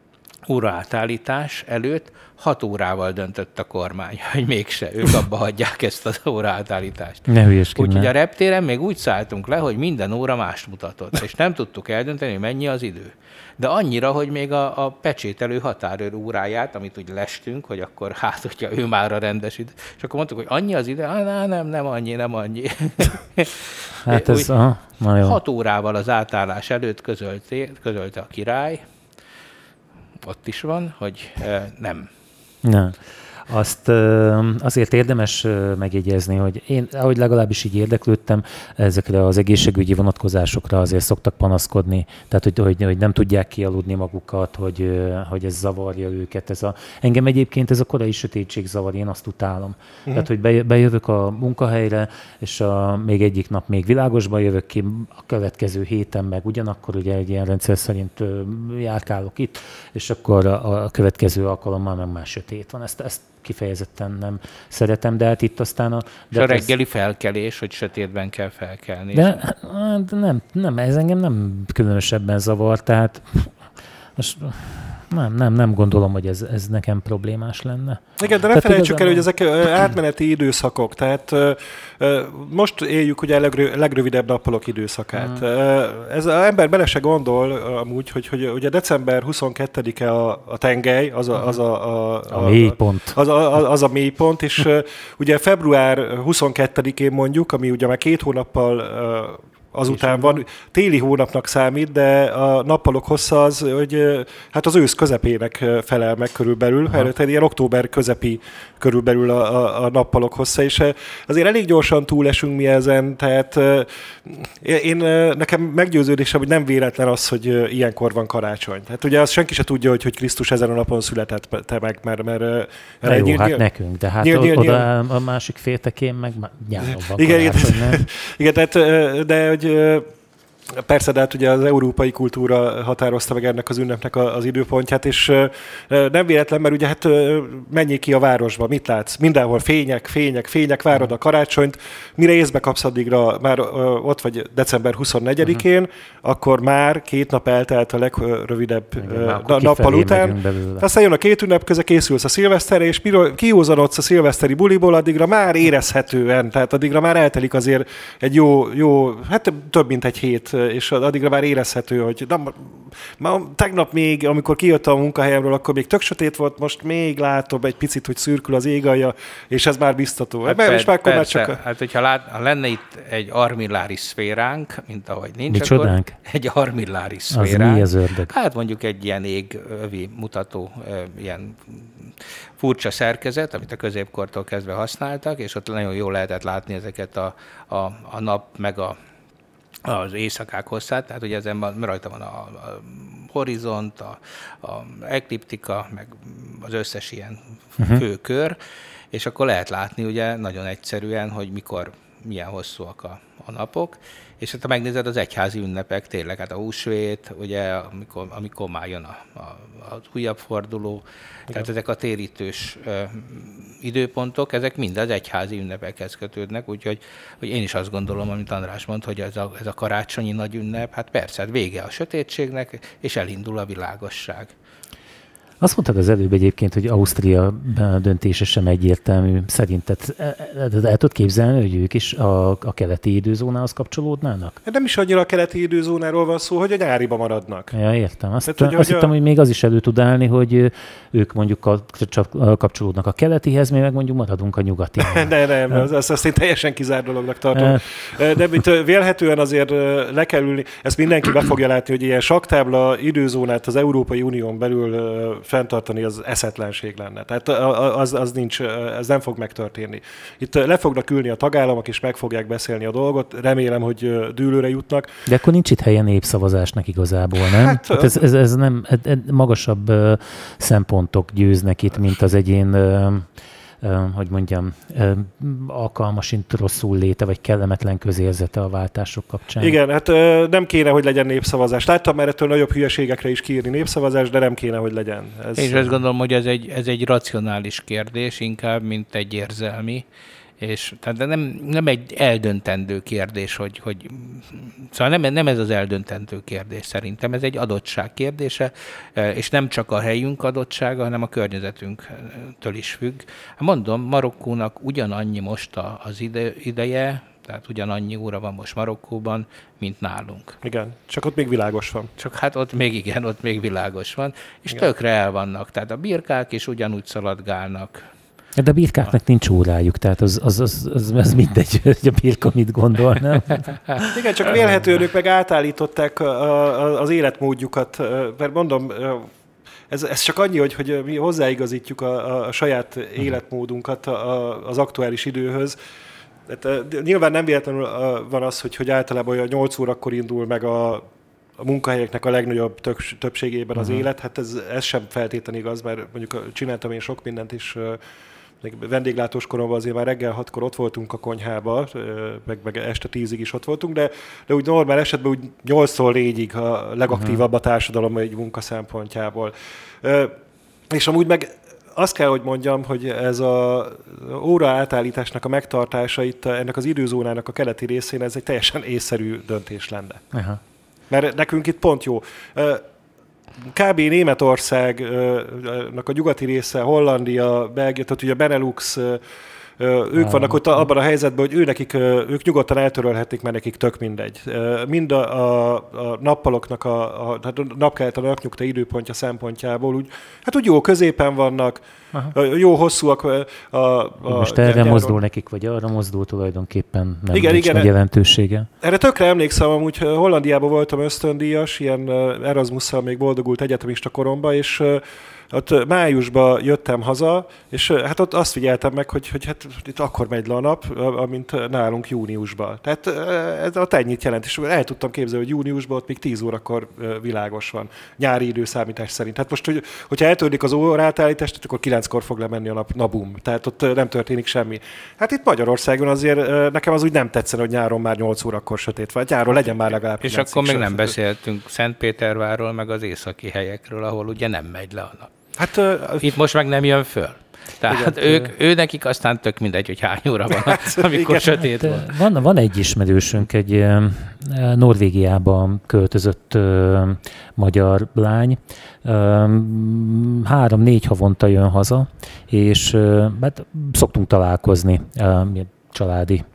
[SPEAKER 3] óraátállítás előtt hat órával döntött a kormány, hogy mégse, ők abba hagyják ezt az óraátállítást.
[SPEAKER 1] Ne hülyeskedj.
[SPEAKER 3] Úgyhogy a reptéren még úgy szálltunk le, hogy minden óra mást mutatott, és nem tudtuk eldönteni, hogy mennyi az idő. De annyira, hogy még a, a pecsételő határőr óráját, amit úgy lestünk, hogy akkor hát, hogyha ő már a rendes idő, és akkor mondtuk, hogy annyi az idő, ah, nem, nem annyi, nem annyi.
[SPEAKER 1] Hát ez, aha, na jó.
[SPEAKER 3] Hat órával az átállás előtt közölte, közölte a király, ott is van, hogy nem.
[SPEAKER 1] Nem. Azt azért érdemes megjegyezni, hogy én, ahogy legalábbis így érdeklődtem, ezekre az egészségügyi vonatkozásokra azért szoktak panaszkodni, tehát hogy, hogy, hogy nem tudják kialudni magukat, hogy, hogy ez zavarja őket. Ez a, engem egyébként ez a korai sötétség zavar, én azt utálom. Uh-huh. Tehát, hogy bejövök a munkahelyre, és a, még egyik nap még világosban jövök ki, a következő héten meg ugyanakkor ugye egy ilyen rendszer szerint járkálok itt, és akkor a, a következő alkalommal meg már sötét van. Ezt, ezt kifejezetten nem szeretem, de hát itt aztán a...
[SPEAKER 3] De a reggeli ez... felkelés, hogy sötétben kell felkelni.
[SPEAKER 1] De, de nem, nem, ez engem nem különösebben zavar, tehát most nem, nem, nem gondolom, hogy ez, ez nekem problémás lenne.
[SPEAKER 2] Igen, de ne felejtsük el, hogy ezek átmeneti időszakok, tehát most éljük ugye a legrö, legrövidebb nappalok időszakát. Hmm. Ez az ember bele se gondol amúgy, hogy, hogy ugye december huszonkettedike a, a tengely, az a, az a, a,
[SPEAKER 1] a, a mélypont.
[SPEAKER 2] Az a, az a mélypont, és ugye február huszonkettedikén mondjuk, ami ugye már két hónappal azután van, téli hónapnak számít, de a nappalok hossza az, hogy hát az ősz közepének felel meg körülbelül, tehát ilyen október közepi körülbelül a, a, a nappalok hossza, és azért elég gyorsan túlesünk mi ezen, tehát én, nekem meggyőződésem, hogy nem véletlen az, hogy ilyenkor van karácsony. Tehát ugye azt senki se tudja, hogy, hogy Krisztus ezen a napon született te meg, mert... mert
[SPEAKER 1] de jó, nyilv, hát nekünk, de hát nyilv, nyilv, oda nyilv. A másik féltekén meg nyáron van
[SPEAKER 2] igen,
[SPEAKER 1] karácsony,
[SPEAKER 2] igen,
[SPEAKER 1] nem?
[SPEAKER 2] Igen, tehát, de hogy persze, de hát ugye az európai kultúra határozta meg ennek az ünnepnek az időpontját, és nem véletlen, mert ugye hát menjél ki a városba, mit látsz? Mindenhol fények, fények, fények, várod a karácsonyt, mire észbe kapsz addigra, már ott vagy december huszonnegyedikén, uh-huh. akkor már két nap eltelt a legrövidebb igen, nappal után. Aztán jön a két ünnep köze, készülsz a szilveszterre, és kiózanodsz a szilveszteri buliból, addigra már érezhetően, tehát addigra már eltelik azért egy jó, jó hát több mint egy hét és addigra már érezhető, hogy na, ma, tegnap még, amikor kijöttem a munkahelyemről, akkor még tök sötét volt, most még látom egy picit, hogy szürkül az égalja, és ez már biztató.
[SPEAKER 3] Hát
[SPEAKER 2] per, és már akkor
[SPEAKER 3] persze,
[SPEAKER 2] már csak a...
[SPEAKER 3] hát hogyha lát, ha lenne itt egy armilláris szféránk, mint ahogy nincs,
[SPEAKER 1] Mi csodánk?
[SPEAKER 3] akkor egy armilláris
[SPEAKER 1] Az
[SPEAKER 3] szféránk.
[SPEAKER 1] mi az ördög?
[SPEAKER 3] Hát mondjuk egy ilyen égövi mutató, ilyen furcsa szerkezet, amit a középkortól kezdve használtak, és ott nagyon jól lehetett látni ezeket a, a, a nap meg a, az éjszakák hosszát, tehát ugye ezen van, rajta van a, a horizont, a, a ekliptika, meg az összes ilyen uh-huh. főkör, és akkor lehet látni ugye nagyon egyszerűen, hogy mikor, milyen hosszúak a, a napok, és hát ha megnézed az egyházi ünnepek, tényleg, hát a húsvét, ugye, amikor, amikor már jön a, a, az újabb forduló, igen. Tehát ezek a térítős ö, időpontok, ezek mind az egyházi ünnepekhez kötődnek, úgyhogy hogy én is azt gondolom, amit András mond, hogy ez a, ez a karácsonyi nagy ünnep, hát persze, hát vége a sötétségnek, és elindul a világosság.
[SPEAKER 1] Azt mondtad az előbb egyébként, hogy Ausztria döntése sem egyértelmű. Szerinted el, el tudod képzelni, hogy ők is a, a keleti időzónához kapcsolódnának?
[SPEAKER 2] Nem is annyira a keleti időzónáról van szó, hogy a nyáriba maradnak.
[SPEAKER 1] Ja, értem. Azt,
[SPEAKER 2] Tehát, hogy
[SPEAKER 1] azt
[SPEAKER 2] a...
[SPEAKER 1] hittem, hogy még az is elő tud állni, hogy ők mondjuk csak kapcsolódnak a keletihez, mi meg mondjuk maradunk a nyugatihoz.
[SPEAKER 2] nem, nem, az, azt, azt én teljesen kizárt dolognak tartom. De itt vélhetően azért le kell ülni, ezt mindenki be fogja látni, hogy ilyen saktábla időzónát az Európai Unión belül fenntartani az eszetlenség lenne. Tehát az, az nincs, ez nem fog megtörténni. Itt le fognak ülni a tagállamok, és meg fogják beszélni a dolgot. Remélem, hogy dűlőre jutnak.
[SPEAKER 1] De akkor nincs itt helye népszavazásnak igazából, nem? Hát, hát ez, ez, ez nem, magasabb szempontok győznek itt, mint az egyén, hogy mondjam, alkalmasint rosszul léte, vagy kellemetlen közérzete a váltások kapcsán.
[SPEAKER 2] Igen, hát nem kéne, hogy legyen népszavazás. Láttam már ettől nagyobb hülyeségekre is kiírni népszavazás, de nem kéne, hogy legyen. Ez...
[SPEAKER 3] És azt gondolom, hogy ez egy, ez egy racionális kérdés, inkább, mint egy érzelmi. És, tehát nem, nem egy eldöntendő kérdés, hogy, hogy szóval nem, nem ez az eldöntendő kérdés szerintem, ez egy adottság kérdése, és nem csak a helyünk adottsága, hanem a környezetünktől is függ. Mondom, Marokkónak ugyanannyi most az ide, ideje, tehát ugyanannyi óra van most Marokkóban, mint nálunk.
[SPEAKER 2] Igen, csak ott még világos van.
[SPEAKER 3] Csak hát ott még igen, ott még világos van, és igen. Tökre el vannak, tehát a birkák is ugyanúgy szaladgálnak.
[SPEAKER 1] De a birkáknak nincs órájuk, tehát az, az, az, az, az mindegy, hogy a birka mit gondol, nem?
[SPEAKER 2] Igen, csak vélhetően ők meg átállították a, a, az életmódjukat, mert mondom, ez, ez csak annyi, hogy, hogy mi hozzáigazítjuk a, a saját életmódunkat a, az aktuális időhöz. Tehát, nyilván nem véletlenül van az, hogy, hogy általában olyan nyolc órakor indul meg a, a munkahelyeknek a legnagyobb többségében az uh-huh. élet. Hát ez, ez sem feltétlenül igaz, mert mondjuk csináltam én sok mindent is, vendéglátós koromban azért már reggel hatkor ott voltunk a konyhába, meg, meg este tízig is ott voltunk, de, de úgy normál esetben úgy nyolctól négyig a legaktívabb a társadalom egy munka szempontjából. És amúgy meg azt kell, hogy mondjam, hogy ez az óra átállításnak a megtartása itt ennek az időzónának a keleti részén, ez egy teljesen észszerű döntés lenne. Aha. Mert nekünk itt pont jó. Kb. Németországnak a nyugati része, Hollandia, Belgia, tehát ugye Benelux, ők ah, vannak ott abban a helyzetben, hogy ő nekik, ők nyugodtan eltörölhetik, mert nekik tök mindegy. Mind a, a, a nappaloknak, a, a, a napkeleten a napnyugta időpontja szempontjából úgy, hát úgy jó középen vannak, aha. jó hosszúak. A, a,
[SPEAKER 1] most erre gyáron. Mozdul nekik, vagy arra mozdul tulajdonképpen, nem
[SPEAKER 2] igen,
[SPEAKER 1] nincs
[SPEAKER 2] igen,
[SPEAKER 1] nagy jelentősége.
[SPEAKER 2] Erre tökre emlékszem, amúgy Hollandiában voltam ösztöndíjas, ilyen Erasmusszal még boldogult egyetemista koromban, és ott májusban jöttem haza, és hát ott azt figyeltem meg, hogy, hogy hát itt akkor megy le a nap, amint nálunk júniusban. Tehát ez ott ennyit jelent, és el tudtam képzelni, hogy júniusban ott még tíz órakor világos van, nyári időszámítás szerint. Tehát most, hogy, hogyha eltörlik az órátállítást, akkor kilenckor fog lemenni a nap, na bum. Tehát ott nem történik semmi. Hát itt Magyarországon azért nekem az úgy nem tetszene, hogy nyáron már nyolc órakor sötét van. Nyáron legyen már legalább.
[SPEAKER 3] És akkor még nem beszéltünk Szentpétervárról, meg az északi helyekről, ahol ugye nem megy le a nap. Hát, uh, itt most meg nem jön föl. Tehát igen, ők, ő nekik aztán tök mindegy, hogy hány óra van, hát, amikor igen. sötét van.
[SPEAKER 1] van. Van egy ismerősünk, egy Norvégiában költözött uh, magyar lány. Uh, három-négy havonta jön haza, és uh, hát szoktunk találkozni uh, családi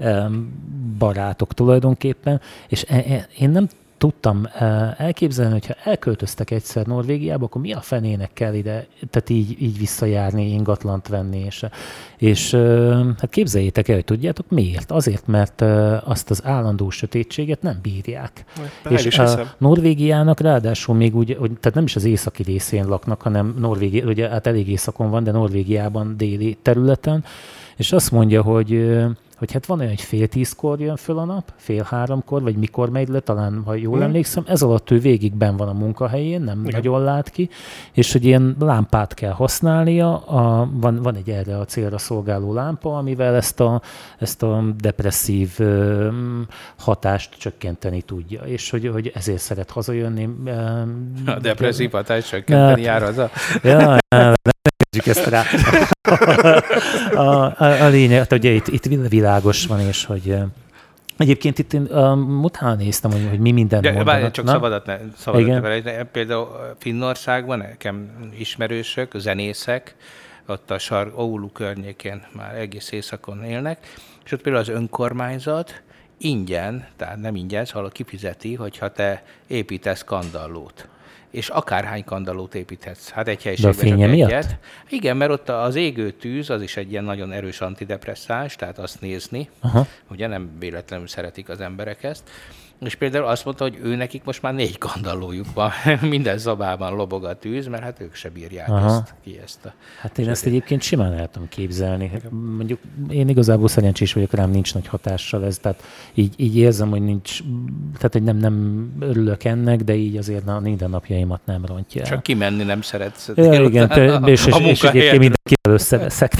[SPEAKER 1] barátok tulajdonképpen, és én nem tudtam elképzelni, hogyha elköltöztek egyszer Norvégiába, akkor mi a fenének kell ide, tehát így, így visszajárni, ingatlant venni. És, és hát képzeljétek el, hogy tudjátok miért? Azért, mert azt az állandó sötétséget nem bírják.
[SPEAKER 2] El
[SPEAKER 1] és
[SPEAKER 2] is
[SPEAKER 1] a
[SPEAKER 2] hiszem.
[SPEAKER 1] Norvégiának ráadásul még úgy, hogy, tehát nem is az északi részén laknak, hanem Norvégia, ugye hát elég északon van, de Norvégiában déli területen, és azt mondja, hogy hogy hát van olyan, hogy fél tízkor jön föl a nap, fél háromkor, vagy mikor megy le, talán, ha jól hmm. emlékszem, ez alatt ő végig benn van a munkahelyén, nem Igen. nagyon lát ki, és hogy ilyen lámpát kell használnia, a, van, van egy erre a célra szolgáló lámpa, amivel ezt a, ezt a depresszív ö, hatást csökkenteni tudja, és hogy, hogy ezért szeret hazajönni.
[SPEAKER 3] A depresszív hatást csökkenteni jár az a...
[SPEAKER 1] Ja, ezt rá. A, a, a lényeg, ugye itt, itt világos van, és hogy egyébként itt én um, utána néztem, hogy, hogy mi minden
[SPEAKER 3] ja,
[SPEAKER 1] mondanak.
[SPEAKER 3] Csak szabadat ne, szabadat ne például Finnországban nekem ismerősök, zenészek, ott a Sar Oulu környékén már egész északon élnek, és ott például az önkormányzat ingyen, tehát nem ingyen, szóval kifizeti, hogyha te építesz kandallót. És akárhány kandallót építhetsz. Hát egy helyiségben csak egyet. Miatt? Igen, mert ott az égő tűz, az is egy ilyen nagyon erős antidepresszáns, tehát azt nézni. Aha. Ugye nem véletlenül szeretik az emberek ezt. És például azt mondta, hogy ő nekik most már négy kandallójuk van, minden szobában lobog a tűz, mert hát ők se bírják ezt, ki ezt a...
[SPEAKER 1] Hát én ezt egyébként simán el tudom képzelni. Hát mondjuk én igazából szerencsés vagyok, rám nincs nagy hatással ez, tehát így, így érzem, hogy nincs, tehát hogy nem, nem örülök ennek, de így azért a mindennapjaimat nem rontja el.
[SPEAKER 3] Csak kimenni nem szeretsz.
[SPEAKER 1] Ja, igen, te, és, és, és egyébként mindenkivel összeveszek.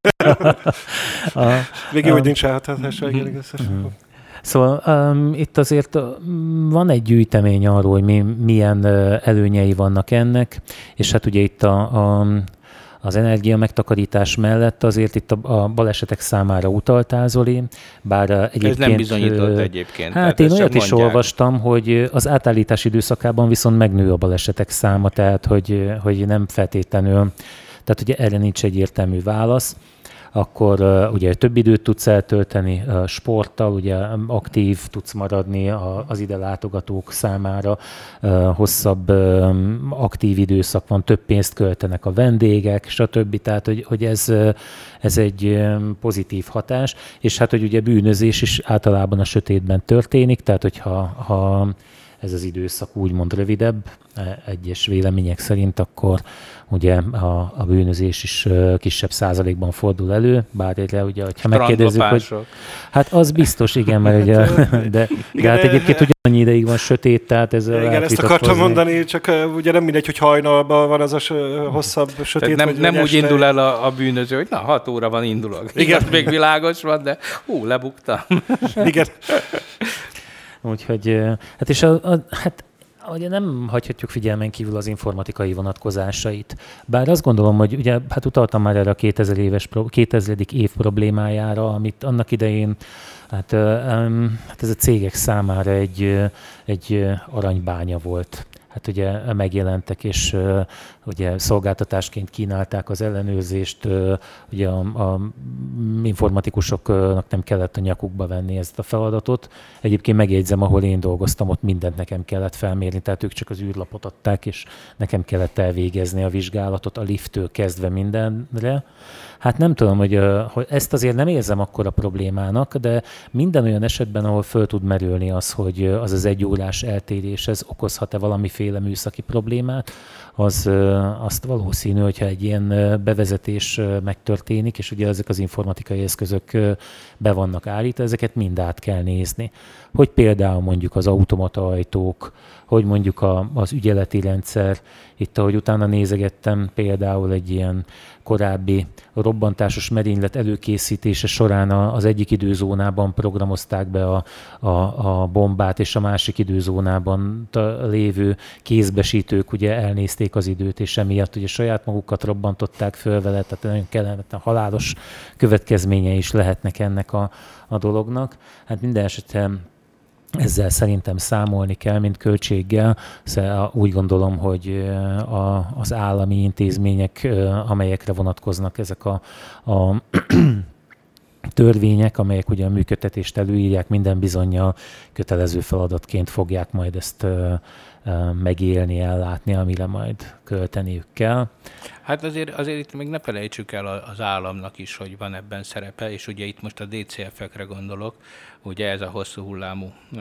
[SPEAKER 2] Végül, hogy nincs elhatása, igen, igaz.
[SPEAKER 1] Szóval um, itt azért um, van egy gyűjtemény arról, hogy mi, milyen uh, előnyei vannak ennek, és hát ugye itt a, a, az energia megtakarítás mellett azért itt a, a balesetek számára utaltál, Zoli, bár uh, egyébként...
[SPEAKER 3] Ez nem bizonyított egyébként.
[SPEAKER 1] Hát én olyat is olvastam, hogy az átállítás időszakában viszont megnő a balesetek száma, tehát hogy, hogy nem feltétlenül, tehát ugye erre nincs egyértelmű válasz. Akkor uh, ugye több időt tudsz eltölteni uh, sporttal, ugye aktív tudsz maradni a, az ide látogatók számára, uh, hosszabb uh, aktív időszak van, több pénzt költenek a vendégek, stb. Tehát, hogy, hogy ez, uh, ez egy um, pozitív hatás, és hát, hogy ugye bűnözés is általában a sötétben történik, tehát, hogyha ha ez az időszak úgymond rövidebb, egyes vélemények szerint, akkor ugye a, a bűnözés is kisebb százalékban fordul elő, bár egyre ugye, hogyha megkérdezzük, hogy... Hát az biztos, igen, mert ugye, de, de hát egyébként ugyanannyi ideig van sötét, tehát ez...
[SPEAKER 2] Igen, ezt akartam mondani, csak ugye nem mindegy, hogy hajnalban van az a hosszabb sötét.
[SPEAKER 3] Tehát nem, nem úgy este... indul el a, a bűnöző, hogy na, hat óra van indulok. Igen. Még világos van, de hú, lebuktam.
[SPEAKER 2] Igen.
[SPEAKER 1] Úgyhogy, hát és a, a, hát ugye nem hagyhatjuk figyelmen kívül az informatikai vonatkozásait. Bár azt gondolom, hogy ugye, hát utaltam már erre a kétezer éves, kétezredik év problémájára, amit annak idején, hát, hát ez a cégek számára egy, egy aranybánya volt. Hát ugye megjelentek, és uh, ugye szolgáltatásként kínálták az ellenőrzést, uh, ugye a, a informatikusoknak nem kellett a nyakukba venni ezt a feladatot. Egyébként megjegyzem, ahol én dolgoztam, ott mindent nekem kellett felmérni, tehát ők csak az űrlapot adták, és nekem kellett elvégezni a vizsgálatot, a lifttől kezdve mindenre. Hát nem tudom, hogy, uh, hogy ezt azért nem érzem akkora problémának, de minden olyan esetben, ahol föl tud merülni az, hogy az az egy órás eltérés, ez okozhat-e valamiféle műszaki problémát, az azt valószínű, hogyha egy ilyen bevezetés megtörténik, és ugye ezek az informatikai eszközök be vannak állítva, ezeket mind át kell nézni. Hogy például mondjuk az automata ajtók, hogy mondjuk a, az ügyeleti rendszer, itt ahogy utána nézegettem, például egy ilyen korábbi robbantásos merénylet előkészítése során az egyik időzónában programozták be a, a, a bombát, és a másik időzónában lévő kézbesítők ugye elnézték az időt, és emiatt ugye saját magukat robbantották föl vele, tehát nagyon kellemetlen halálos következményei is lehetnek ennek a, a dolognak. Hát minden esetben ezzel szerintem számolni kell, mint költséggel. Úgy gondolom, hogy a, az állami intézmények, amelyekre vonatkoznak ezek a, a törvények, amelyek ugye a működtetést előírják, minden bizonnyal kötelező feladatként fogják majd ezt ö, ö, megélni, ellátni, amire majd költeniük kell.
[SPEAKER 3] Hát azért, azért itt még ne felejtsük el az államnak is, hogy van ebben szerepe, és ugye itt most a dé cé ef-ekre gondolok, ugye ez a hosszú hullámú ö,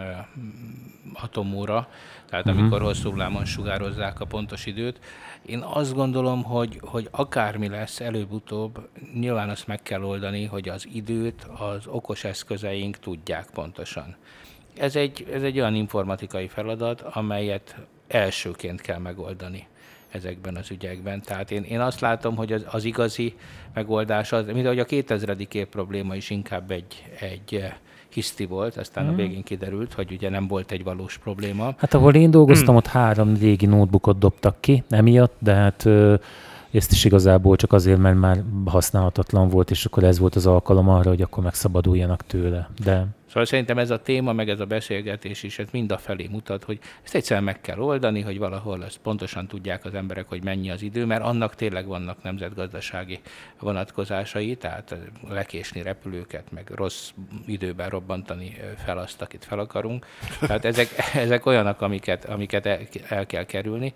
[SPEAKER 3] atomóra, tehát uh-huh. amikor hosszú hullámon sugározzák a pontos időt. Én azt gondolom, hogy, hogy akármi lesz előbb-utóbb, nyilván azt meg kell oldani, hogy az időt az okos eszközeink tudják pontosan. Ez egy, ez egy olyan informatikai feladat, amelyet elsőként kell megoldani ezekben az ügyekben. Tehát én, én azt látom, hogy az, az igazi megoldás az, mint ahogy a kétezredik év probléma is inkább egy, egy hiszti volt, aztán hmm. a végén kiderült, hogy ugye nem volt egy valós probléma.
[SPEAKER 1] Hát ahol én dolgoztam, hmm. ott három régi notebookot dobtak ki emiatt, de hát ö, ezt is igazából csak azért, mert már használhatatlan volt, és akkor ez volt az alkalom arra, hogy akkor megszabaduljanak tőle. De...
[SPEAKER 3] Szóval szerintem ez a téma, meg ez a beszélgetés is, ez mind a felé mutat, hogy ezt egyszerűen meg kell oldani, hogy valahol ezt pontosan tudják az emberek, hogy mennyi az idő, mert annak tényleg vannak nemzetgazdasági vonatkozásai, tehát lekésni repülőket, meg rossz időben robbantani fel azt, akit fel akarunk. Tehát ezek, ezek olyanok, amiket, amiket el, el kell kerülni,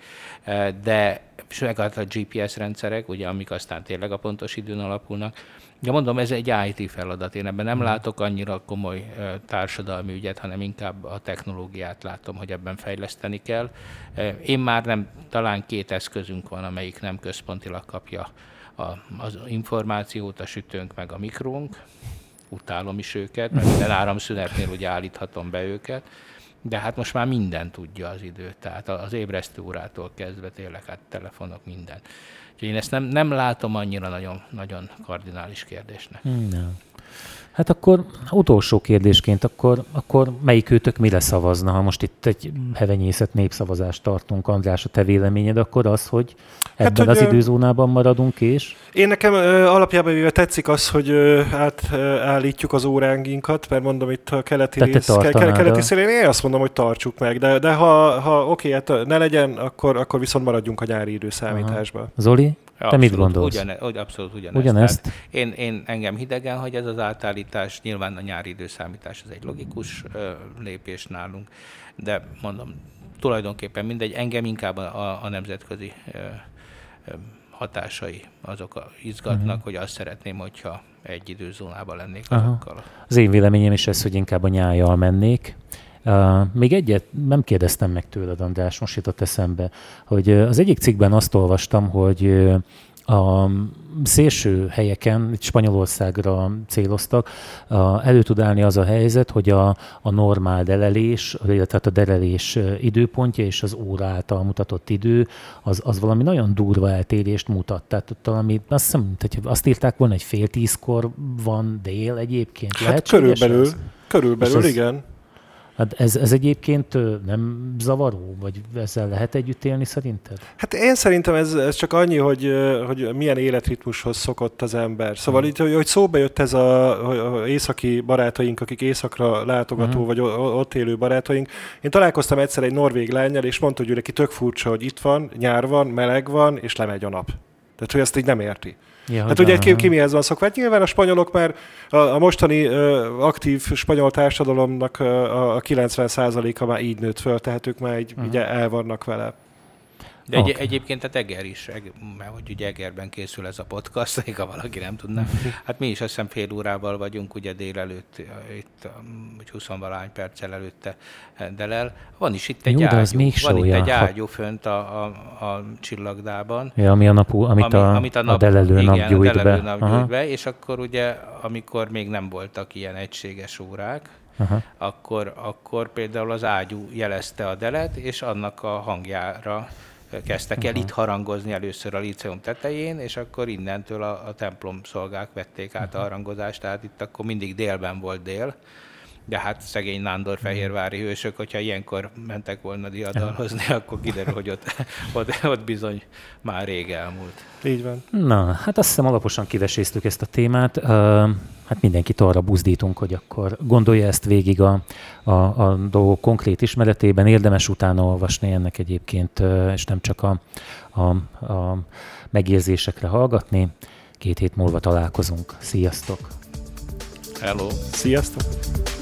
[SPEAKER 3] de meg a gé pé es rendszerek, ugye, amik aztán tényleg a pontos időn alapulnak. Ja, mondom, ez egy i té feladat. Én ebben nem látok annyira komoly uh, társadalmi ügyet, hanem inkább a technológiát látom, hogy ebben fejleszteni kell. Uh, én már nem, talán két eszközünk van, amelyik nem központilag kapja a, az információt, a sütőnk meg a mikrónk. Utálom is őket, mert minden áramszünetnél ugye állíthatom be őket. De hát most már minden tudja az időt, tehát az ébresztő órától kezdve tényleg, hát telefonok, minden. Úgyhogy én ezt nem, nem látom annyira nagyon, nagyon kardinális kérdésnek.
[SPEAKER 1] Nem. Hát akkor utolsó kérdésként, akkor, akkor melyik őtök mire szavazna? Ha most itt egy hevenyészet népszavazást tartunk, András, a te véleményed, akkor az, hogy ebben hát, az hogy időzónában maradunk, és...
[SPEAKER 2] Én nekem alapjában tetszik az, hogy átállítjuk az óránginkat, mert mondom itt a keleti rész, keleti szélén, én azt mondom, hogy tartsuk meg, de, de ha, ha oké, hát ne legyen, akkor, akkor viszont maradjunk a nyári időszámításba.
[SPEAKER 1] Aha. Zoli? Te abszolút, mit gondolsz?
[SPEAKER 3] Ugyane, abszolút ugyanezt.
[SPEAKER 1] ugyanezt.
[SPEAKER 3] Én, én engem hidegen, hogy ez az átállítás, nyilván a nyári időszámítás az egy logikus ö, lépés nálunk, de mondom, tulajdonképpen mindegy, engem inkább a, a nemzetközi ö, ö, hatásai azok a, izgatnak, uh-huh. hogy azt szeretném, hogyha egy időzónában lennék azokkal. Aha.
[SPEAKER 1] Az én véleményem is ez, hogy inkább a nyájjal mennék. Uh, még egyet nem kérdeztem meg tőled, András, most jutott eszembe, hogy az egyik cikkben azt olvastam, hogy a szélső helyeken, itt Spanyolországra céloztak, uh, elő tud állni az a helyzet, hogy a, a normál delelés, illetve a delelés időpontja és az óra által mutatott idő, az, az valami nagyon durva eltérést mutat. Tehát ott valami, azt hiszem, hogy azt írták volna, egy fél tízkor van dél egyébként.
[SPEAKER 2] Hát körülbelül, ez? körülbelül, ez, igen.
[SPEAKER 1] Hát ez, ez egyébként nem zavaró? Vagy ezzel lehet együtt élni szerinted?
[SPEAKER 2] Hát én szerintem ez, ez csak annyi, hogy, hogy milyen életritmushoz szokott az ember. Szóval hmm. itt, hogy, hogy szóba jött ez a, a északi barátaink, akik északra látogató, hmm. vagy ott élő barátaink. Én találkoztam egyszer egy norvég lánnyal, és mondta, hogy neki tök furcsa, hogy itt van, nyár van, meleg van, és lemegy a nap. Tehát, hogy ezt így nem érti. Ja, hát ugye ki, ki mihez van szokva? Hát nyilván a spanyolok már a, a mostani uh, aktív spanyol társadalomnak uh, a kilencven százaléka már így nőtt föl, tehát ők már így, uh-huh. ugye el vannak vele.
[SPEAKER 3] De egy, okay. egyébként a Eger is, mert hogy ugye Egerben készül ez a podcast, ha valaki nem tudná. Hát mi is azt hiszem fél órával vagyunk, ugye délelőtt, itt húsz-valahány perccel előtte delel. Van is itt egy
[SPEAKER 1] Jó,
[SPEAKER 3] ágyú, van itt egy
[SPEAKER 1] ja.
[SPEAKER 3] ágyú fönt a, a, a csillagdában.
[SPEAKER 1] Ja, ami a napú, amit, ami, a, amit a, nap, a delelő igen, nap gyújt
[SPEAKER 3] a delelő
[SPEAKER 1] be.
[SPEAKER 3] Nap gyújt be. És akkor ugye, amikor még nem voltak ilyen egységes órák, akkor, akkor például az ágyú jelezte a delet, és annak a hangjára kezdtek el uh-huh. itt harangozni először a líceum tetején, és akkor innentől a, a templom szolgák vették át uh-huh. a harangozást, tehát itt akkor mindig délben volt dél, de hát szegény nándorfehérvári hősök, hogyha ilyenkor mentek volna diadalhozni, uh-huh. akkor kiderül, hogy ott, ott, ott bizony már rég elmúlt.
[SPEAKER 2] Így van.
[SPEAKER 1] Na, hát azt hiszem alaposan kiveséztük ezt a témát. Uh, hát mindenkit arra buzdítunk, hogy akkor gondolja ezt végig a, a, a dolgok konkrét ismeretében. Érdemes utána olvasni ennek egyébként, uh, és nem csak a, a, a megérzésekre hallgatni. Két hét múlva találkozunk. Sziasztok!
[SPEAKER 3] Hello!
[SPEAKER 2] Sziasztok!